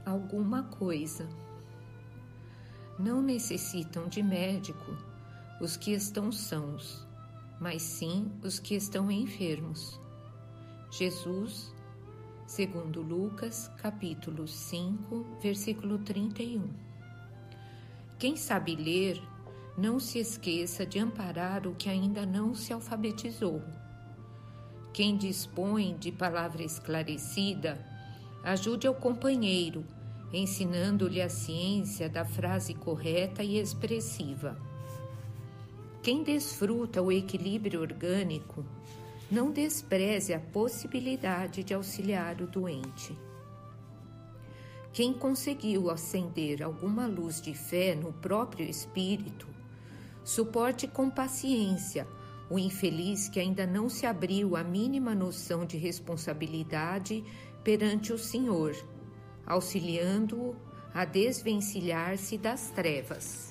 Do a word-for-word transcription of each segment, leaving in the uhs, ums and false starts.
alguma coisa. Não necessitam de médico os que estão sãos, mas sim os que estão enfermos. Jesus, segundo Lucas, capítulo cinco, versículo trinta e um. Quem sabe ler, não se esqueça de amparar o que ainda não se alfabetizou. Quem dispõe de palavra esclarecida, ajude ao companheiro, ensinando-lhe a ciência da frase correta e expressiva. Quem desfruta o equilíbrio orgânico, não despreze a possibilidade de auxiliar o doente. Quem conseguiu acender alguma luz de fé no próprio espírito, suporte com paciência o infeliz que ainda não se abriu a mínima noção de responsabilidade perante o Senhor, auxiliando-o a desvencilhar-se das trevas.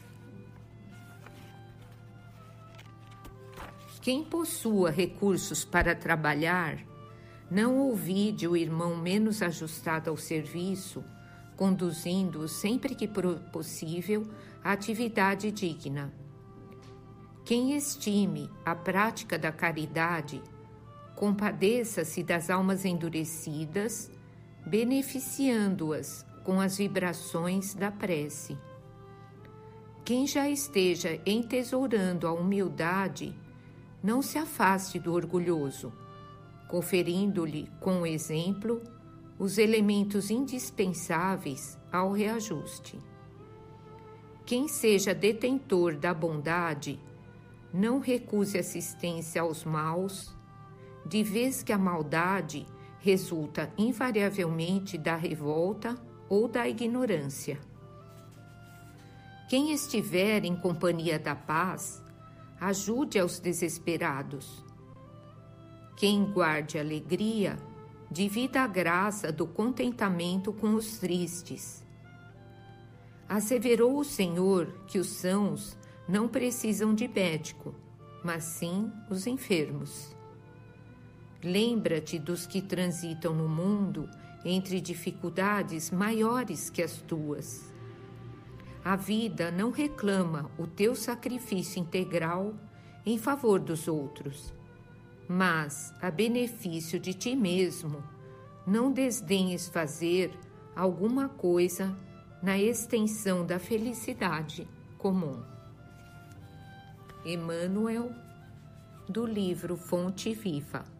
Quem possua recursos para trabalhar, não ouvide o irmão menos ajustado ao serviço, conduzindo-o sempre que possível à atividade digna. Quem estime a prática da caridade, compadeça-se das almas endurecidas, beneficiando-as com as vibrações da prece. Quem já esteja entesourando a humildade, não se afaste do orgulhoso, conferindo-lhe com o exemplo os elementos indispensáveis ao reajuste. Quem seja detentor da bondade, não recuse assistência aos maus, de vez que a maldade resulta invariavelmente da revolta ou da ignorância. Quem estiver em companhia da paz, ajude aos desesperados. Quem guarde alegria, divida a graça do contentamento com os tristes. Asseverou o Senhor que os sãos não precisam de médico, mas sim os enfermos. Lembra-te dos que transitam no mundo entre dificuldades maiores que as tuas. A vida não reclama o teu sacrifício integral em favor dos outros, mas, a benefício de ti mesmo, não desdenhes fazer alguma coisa na extensão da felicidade comum. Emmanuel, do livro Fonte Viva.